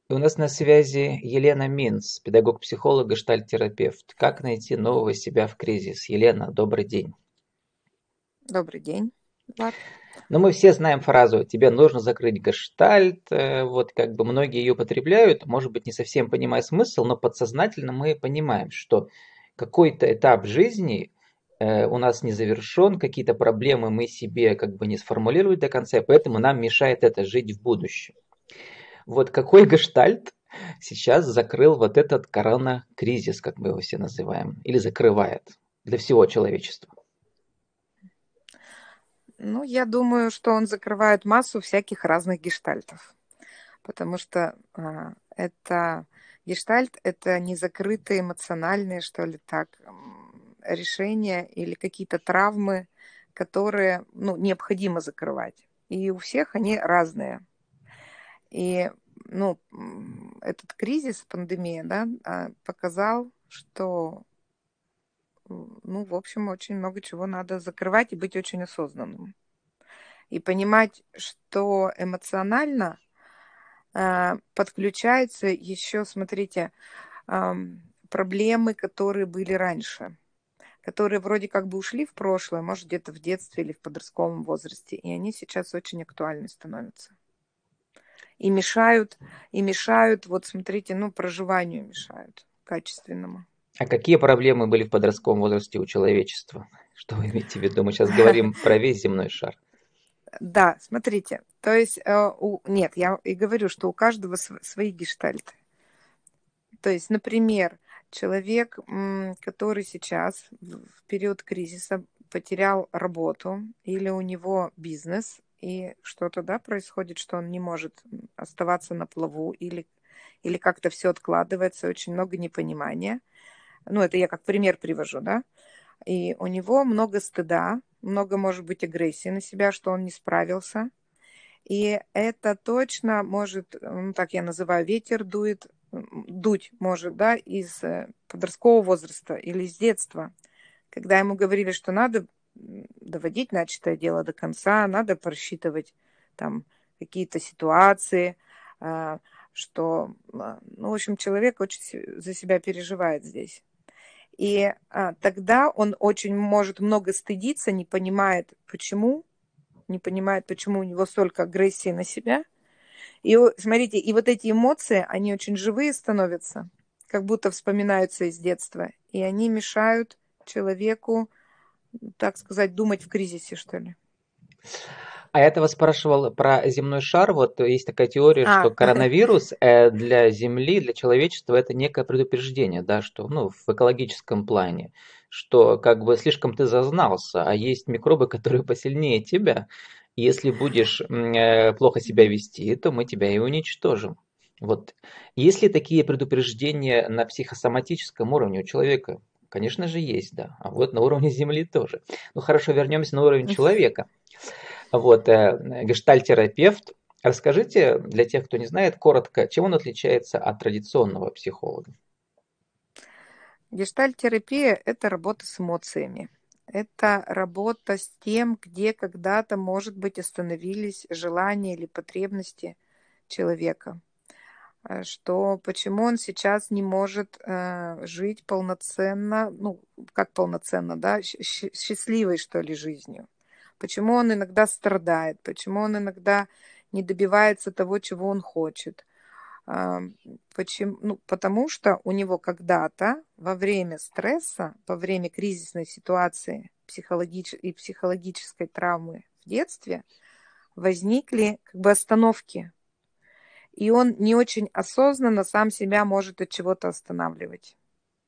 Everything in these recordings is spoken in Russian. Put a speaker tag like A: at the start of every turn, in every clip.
A: И у нас на связи Елена Минц, педагог-психолог, гештальт-терапевт. Как найти нового себя в кризис? Елена, добрый день.
B: Добрый день, Влад.
A: Ну, мы все знаем фразу «тебе нужно закрыть гештальт». Вот как бы многие ее употребляют, может быть, не совсем понимая смысл, но подсознательно мы понимаем, что какой-то этап жизни у нас не завершен, какие-то проблемы мы себе как бы не сформулировали до конца, поэтому нам мешает это жить в будущем. Вот какой гештальт сейчас закрыл вот этот коронакризис, как мы его все называем, или закрывает для всего человечества?
B: Ну, я думаю, что он закрывает массу всяких разных гештальтов, потому что это гештальт– это незакрытые эмоциональные, что ли, так, решения или какие-то травмы, которые, ну, необходимо закрывать. И у всех они разные. И, ну, этот кризис, пандемия, да, показал, что, ну, в общем, очень много чего надо закрывать и быть очень осознанным. И понимать, что эмоционально подключаются еще, смотрите, проблемы, которые были раньше, которые вроде как бы ушли в прошлое, может, где-то в детстве или в подростковом возрасте, и они сейчас очень актуальны становятся. И мешают, вот смотрите, ну, проживанию мешают качественному.
A: А какие проблемы были в подростковом возрасте у человечества? Что вы имеете в виду? Мы сейчас говорим про весь земной шар.
B: Да, смотрите, то есть, нет, я и говорю, что у каждого свои гештальты. То есть, например, человек, который сейчас в период кризиса потерял работу или у него бизнес, и что-то, да, происходит, что он не может оставаться на плаву или как-то все откладывается, очень много непонимания. Ну, это я как пример привожу, да. И у него много стыда, много, может быть, агрессии на себя, что он не справился. И это точно может, ну, так я называю, ветер дует, дуть может, да, из подросткового возраста или из детства, когда ему говорили, что надо доводить начатое дело до конца, надо просчитывать там какие-то ситуации, а, что, ну, в общем, человек очень за себя переживает здесь. И тогда он очень может много стыдиться, не понимает, почему у него столько агрессии на себя. И смотрите, и вот эти эмоции, они очень живые становятся, как будто вспоминаются из детства, и они мешают человеку, так сказать, думать в кризисе, что ли.
A: А я этого спрашивал про земной шар. Вот есть такая теория, что
B: А,
A: коронавирус для Земли, для человечества это некое предупреждение, да, что, ну, в экологическом плане, что как бы слишком ты зазнался, а есть микробы, которые посильнее тебя. И если будешь плохо себя вести, то мы тебя и уничтожим. Вот. Есть ли такие предупреждения на психосоматическом уровне у человека? Конечно же, есть, да. А вот на уровне Земли тоже. Ну хорошо, вернемся на уровень человека. Вот, гештальтерапевт. Расскажите для тех, кто не знает, коротко, чем он отличается от традиционного психолога?
B: гештальт-терапия– это работа с эмоциями. Это работа с тем, где когда-то, может быть, остановились желания или потребности человека. Что почему он сейчас не может жить полноценно, ну, как полноценно, да, счастливой, что ли, жизнью. Почему он иногда страдает, почему он иногда не добивается того, чего он хочет. А, Почему? Ну, потому что у него когда-то во время стресса, во время кризисной ситуации и психологической травмы в детстве возникли как бы остановки, и он не очень осознанно сам себя может от чего-то останавливать.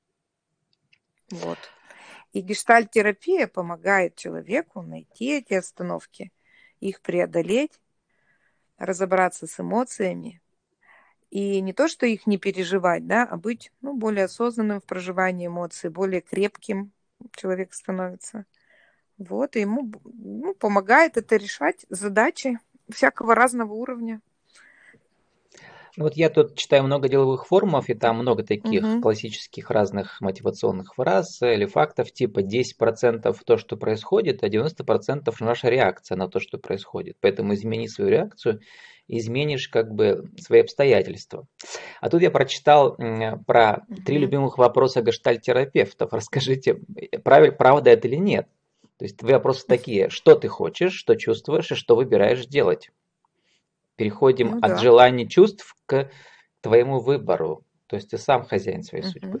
B: Вот. И гештальт-терапия помогает человеку найти эти остановки, их преодолеть, разобраться с эмоциями. И не то, что их не переживать, да, а быть, ну, более осознанным в проживании эмоций, более крепким человек становится. Вот, и ему, ну, помогает это решать задачи всякого разного уровня.
A: Вот я тут читаю много деловых форумов, и там много таких
B: Мгм.
A: классических разных мотивационных фраз или фактов, типа 10% то, что происходит, а 90% наша реакция на то, что происходит. Поэтому измени свою реакцию, изменишь как бы свои обстоятельства. А тут я прочитал про 3
B: Мгм.
A: любимых вопроса гештальт-терапевтов. Расскажите, правда это или нет? То есть вопросы такие: что ты хочешь, что чувствуешь и что выбираешь делать? Переходим
B: Ну
A: от
B: да.
A: желаний чувств к твоему выбору. То есть ты сам хозяин своей
B: Мгм.
A: судьбы.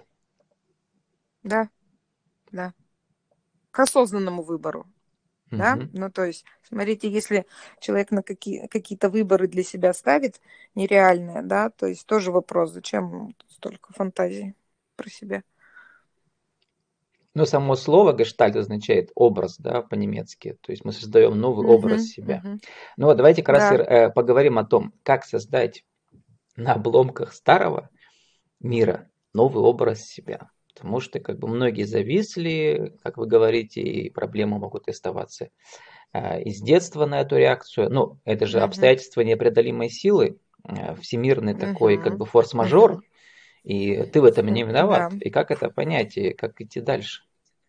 B: Да, да. К осознанному выбору. Да?
A: Мгм.
B: Ну, то есть, смотрите, если человек на какие-то выборы для себя ставит нереальные, да, то есть тоже вопрос, зачем ему столько фантазий про себя.
A: Ну, само слово гештальт означает образ, да, по-немецки. То есть мы создаем новый образ
B: Мгм,
A: себя.
B: мгм.
A: Ну вот давайте как раз и
B: Да.
A: поговорим о том, как создать на обломках старого мира новый образ себя. Потому что как бы многие зависли, как вы говорите, и проблемы могут оставаться из детства на эту реакцию. Ну, это же
B: Мгм,
A: обстоятельства непреодолимой силы, всемирный такой как
B: мгм,
A: бы форс-мажор,
B: мгм.
A: и ты в этом не
B: Да.
A: виноват. И как это понять, и как идти дальше?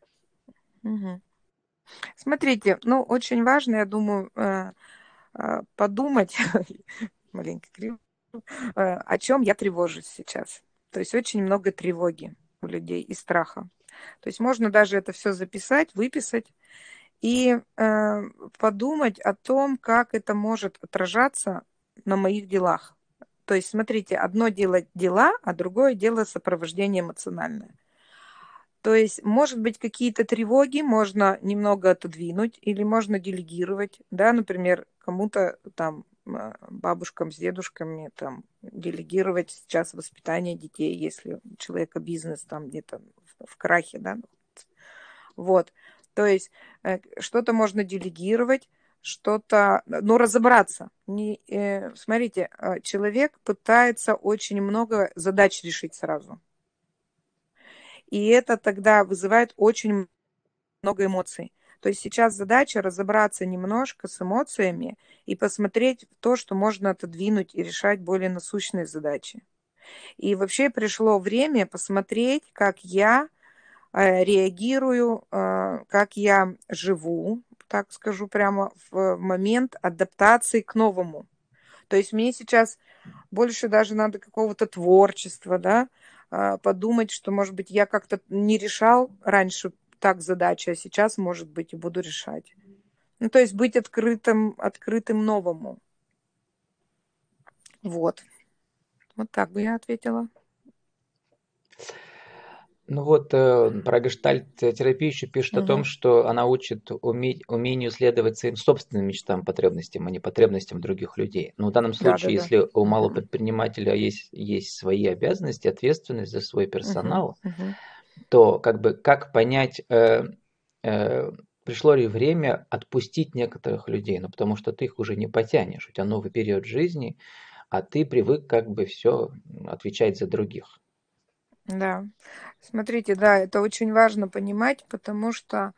B: Мгм. Смотрите, ну, очень важно, я думаю, подумать, маленько криво, о чем я тревожусь сейчас. То есть очень много тревоги у людей и страха. То есть можно даже это все записать, выписать и подумать о том, как это может отражаться на моих делах. То есть, смотрите, одно дело дела, а другое дело сопровождение эмоциональное. То есть, может быть, какие-то тревоги можно немного отодвинуть или можно делегировать, да, например, кому-то там бабушкам с дедушками там делегировать сейчас воспитание детей, если у человека бизнес там где-то в крахе, да, вот. То есть что-то можно делегировать, что-то, ну, разобраться. Смотрите, человек пытается очень много задач решить сразу. И это тогда вызывает очень много эмоций. То есть сейчас задача разобраться немножко с эмоциями и посмотреть в то, что можно отодвинуть и решать более насущные задачи. И вообще пришло время посмотреть, как я реагирую, как я живу, так скажу прямо, в момент адаптации к новому. То есть мне сейчас больше даже надо какого-то творчества, да, подумать, что, может быть, я как-то не решал раньше так задачи, а сейчас, может быть, и буду решать. Ну, то есть быть открытым новому. Вот. Вот так бы я ответила.
A: Ну вот про гештальт-терапию еще пишет о том,
B: Мгм.
A: что она учит умению следовать своим собственным мечтам, потребностям, а не потребностям других людей. Но в данном
B: Да, да,
A: случае,
B: да.
A: если у малого
B: Мгм.
A: предпринимателя есть свои обязанности, ответственность за свой
B: Мгм.
A: персонал,
B: Мгм.
A: то как бы как понять, э, пришло ли время отпустить некоторых людей, ну потому что ты их уже не потянешь, у тебя новый период жизни, а ты привык как бы все отвечать за других.
B: Да. Смотрите, да, это очень важно понимать, потому что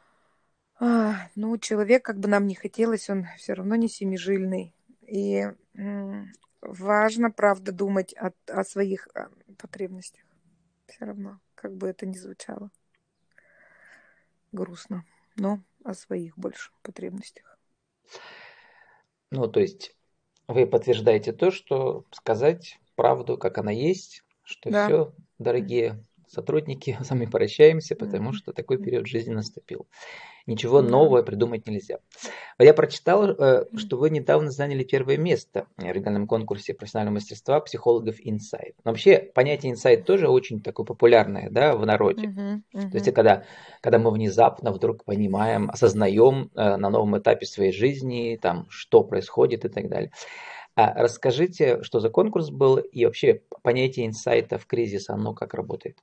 B: ну, человек, как бы нам не хотелось, он все равно не семижильный. И важно, правда, думать о своих потребностях. Все равно, как бы это ни звучало грустно, но о своих больше потребностях.
A: Ну, то есть вы подтверждаете то, что сказать правду, как она есть, что
B: Да.
A: все, дорогие сотрудники, с вами прощаемся, потому
B: Мгм.
A: что такой период жизни наступил. Ничего
B: Да.
A: нового придумать нельзя. А я прочитал,
B: М.
A: что вы недавно заняли первое место в региональном конкурсе профессионального мастерства психологов Insight. Но вообще понятие Insight тоже очень такое популярное, да, в народе.
B: Мгм.
A: То есть
B: Мгм.
A: когда мы внезапно вдруг понимаем, осознаем на новом этапе своей жизни, там, что происходит и так далее. Расскажите, что за конкурс был и вообще понятие инсайта в кризис, оно как работает?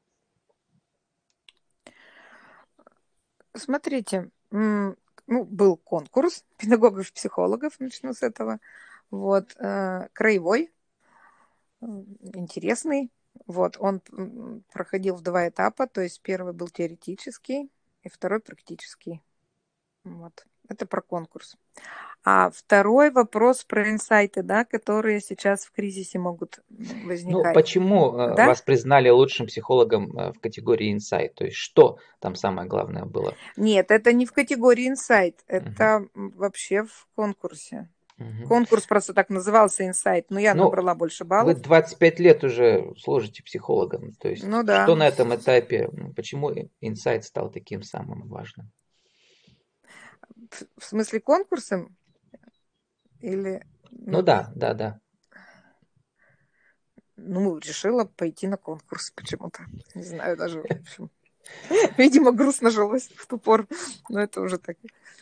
B: Смотрите, ну, был конкурс педагогов-психологов, начну с этого. Вот, краевой, интересный. Вот, он проходил в два этапа, то есть первый был теоретический и второй практический. Вот. Это про конкурс. А второй вопрос про инсайты, да, которые сейчас в кризисе могут
A: Ну,
B: возникать.
A: почему
B: Да?
A: вас признали лучшим психологом в категории инсайт? То есть что там самое главное было?
B: Нет, это не в категории инсайт,
A: Мгм.
B: это вообще в конкурсе.
A: Мгм.
B: Конкурс просто так назывался инсайт, но я
A: Ну,
B: набрала больше
A: вы
B: баллов.
A: 25 лет уже служите психологом. То есть
B: Ну
A: что
B: да.
A: на этом этапе, почему инсайт стал таким самым важным?
B: В смысле конкурсом или
A: Ну
B: ну,
A: да, да, да.
B: ну, решила пойти на конкурс почему-то. Не знаю даже, в общем. Видимо, грустно жилось в ту пору. Но это уже так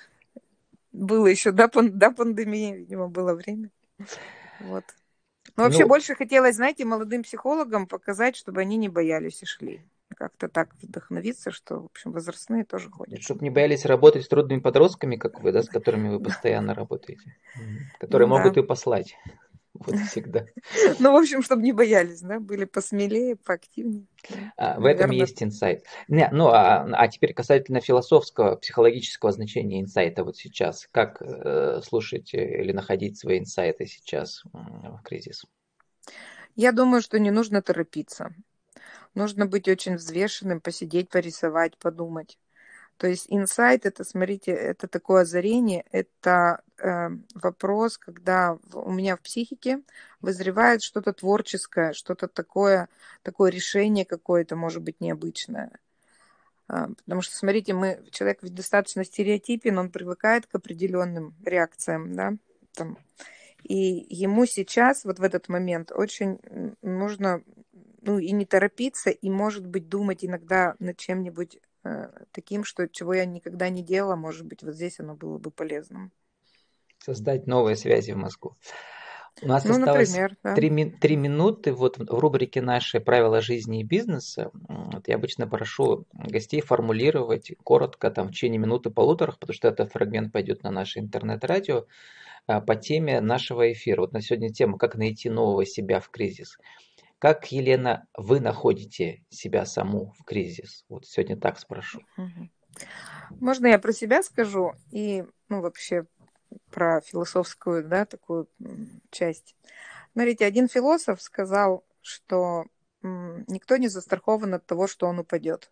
B: было еще до пандемии, видимо, было время. Вот. Но вообще
A: Ну,
B: больше хотелось, знаете, молодым психологам показать, чтобы они не боялись и шли. Как-то так вдохновиться, что, в общем, возрастные тоже ходят.
A: чтобы не боялись работать с трудными подростками, как вы, да, с которыми вы постоянно работаете. Которые
B: Ну да.
A: могут и послать. Вот всегда.
B: Ну, в общем, чтобы не боялись, да, были посмелее, поактивнее. Ну,
A: В этом
B: наверное.
A: есть инсайт. Не, ну, а теперь касательно философского, психологического значения инсайта вот сейчас. Как слушать или находить свои инсайты сейчас в кризис?
B: Я думаю, что не нужно торопиться. Нужно быть очень взвешенным, посидеть, порисовать, подумать. То есть инсайт это, смотрите, это такое озарение, это вопрос, когда у меня в психике вызревает что-то творческое, что-то такое, такое решение какое-то, может быть, необычное. Потому что, смотрите, человек ведь достаточно стереотипен, он привыкает к определенным реакциям, да, там, и ему сейчас, вот в этот момент, очень нужно, ну, и не торопиться, и, может быть, думать иногда над чем-нибудь таким, чего я никогда не делала, может быть, вот здесь оно было бы полезным.
A: Создать новые связи в мозгу. У нас
B: Ну,
A: осталось
B: например, да.
A: 3 минуты. Вот в рубрике «Наши правила жизни и бизнеса» вот я обычно прошу гостей формулировать коротко, там, в течение минуты-полуторах, потому что этот фрагмент пойдет на наше интернет-радио, по теме нашего эфира. Вот на сегодня тема «Как найти нового себя в кризис». Как, Елена, вы находите себя саму в кризис? Вот сегодня так спрошу.
B: Мгм. Можно я про себя скажу и, ну, вообще про философскую, да, такую часть. Смотрите, один философ сказал, что никто не застрахован от того, что он упадет.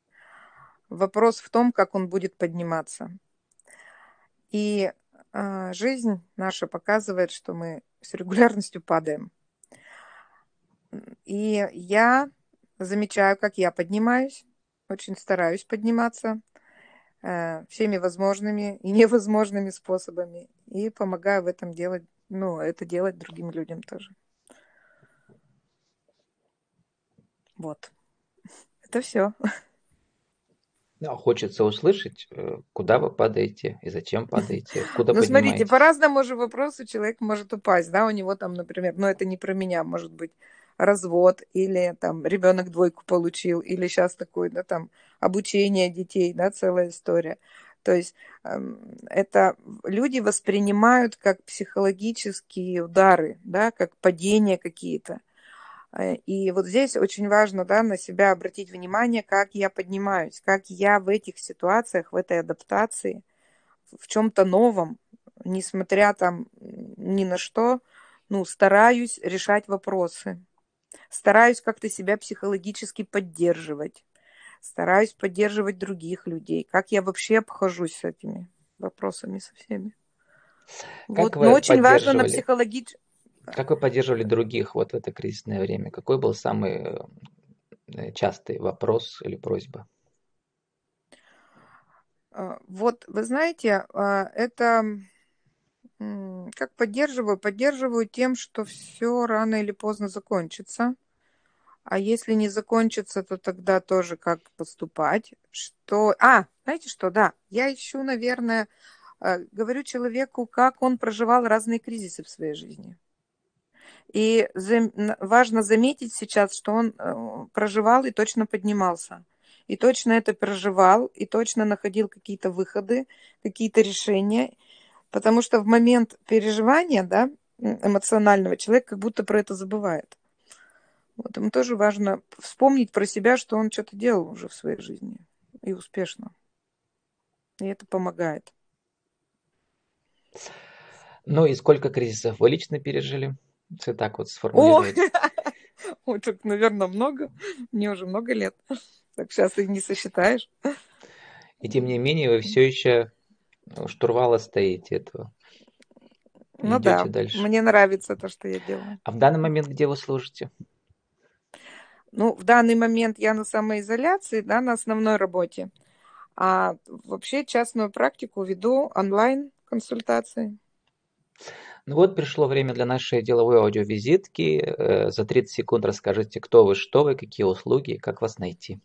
B: Вопрос в том, как он будет подниматься. И жизнь наша показывает, что мы с регулярностью падаем. И я замечаю, как я поднимаюсь, очень стараюсь подниматься всеми возможными и невозможными способами. И помогаю в этом делать, ну, это делать другим людям тоже. Вот. Это все.
A: Ну, хочется услышать, куда вы падаете и зачем падаете, откуда
B: Ну, смотрите, по
A: поднимаетесь.
B: разному же вопросу человек может упасть, да, у него там, например, ну, это не про меня, может быть, развод, или там ребенок двойку получил, или сейчас такое, да, там, обучение детей, да, целая история. То есть это люди воспринимают как психологические удары, да, как падения какие-то. И вот здесь очень важно, да, на себя обратить внимание, как я поднимаюсь, как я в этих ситуациях, в этой адаптации, в чем-то новом, несмотря там ни на что, ну, стараюсь решать вопросы, стараюсь как-то себя психологически поддерживать, стараюсь поддерживать других людей, как я вообще обхожусь с этими вопросами со всеми.
A: Как
B: Вот, но
A: вы
B: очень важно на
A: поддерживали,
B: психологически.
A: как вы поддерживали других вот в это кризисное время? Какой был самый частый вопрос или просьба?
B: Вот, вы знаете, это как поддерживаю? Поддерживаю тем, что все рано или поздно закончится. А если не закончится, то тогда тоже как поступать? Знаете что, да, я ищу, наверное, говорю человеку, как он проживал разные кризисы в своей жизни. И важно заметить сейчас, что он проживал и точно поднимался. И точно это проживал, и точно находил какие-то выходы, какие-то решения. Потому что в момент переживания, да, эмоционального, человек как будто про это забывает. Вот ему тоже важно вспомнить про себя, что он что-то делал уже в своей жизни и успешно. И это помогает.
A: Ну и сколько кризисов вы лично пережили? Если так вот
B: О,
A: сформулировать.
B: ой, тут, наверное, много. Мне уже много лет. Так сейчас и не сосчитаешь.
A: И тем не менее вы все еще у штурвала стоите этого и
B: Ну
A: идете
B: да,
A: дальше.
B: мне нравится то, что я делаю.
A: А в данный момент где вы служите?
B: Ну, в данный момент я на самоизоляции, да, на основной работе. А вообще частную практику веду онлайн-консультации.
A: Ну вот пришло время для нашей деловой аудиовизитки. За 30 секунд расскажите, кто вы, что вы, какие услуги, как вас найти.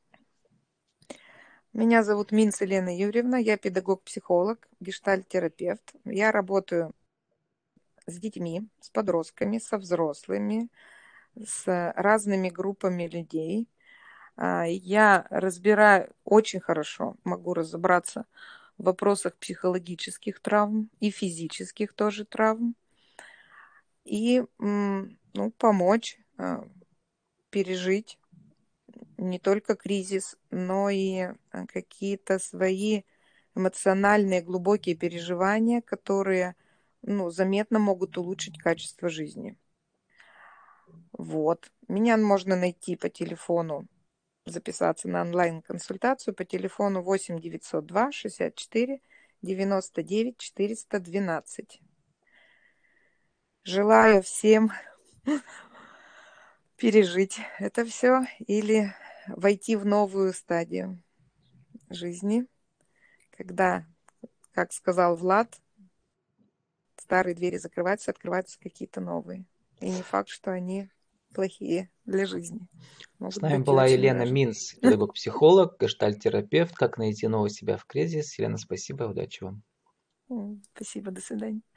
B: Меня зовут Минц Елена Юрьевна, я педагог-психолог, гештальт-терапевт. Я работаю с детьми, с подростками, со взрослыми, с разными группами людей. Я разбираю очень хорошо, могу разобраться в вопросах психологических травм и физических тоже травм. И ну, помочь пережить не только кризис, но и какие-то свои эмоциональные глубокие переживания, которые ну, заметно могут улучшить качество жизни. Вот. Меня можно найти по телефону, записаться на онлайн-консультацию по телефону 8 902 64 99 412. Желаю всем пережить это все или войти в новую стадию жизни, когда, как сказал Влад, старые двери закрываются, открываются какие-то новые. И не факт, что они плохие для жизни.
A: С
B: Могут
A: нами
B: быть и
A: была
B: очень
A: Елена
B: даже.
A: Минц, педагог-психолог, гештальт-терапевт. Как найти нового себя в кризис. Елена, спасибо, удачи вам.
B: Спасибо, до свидания.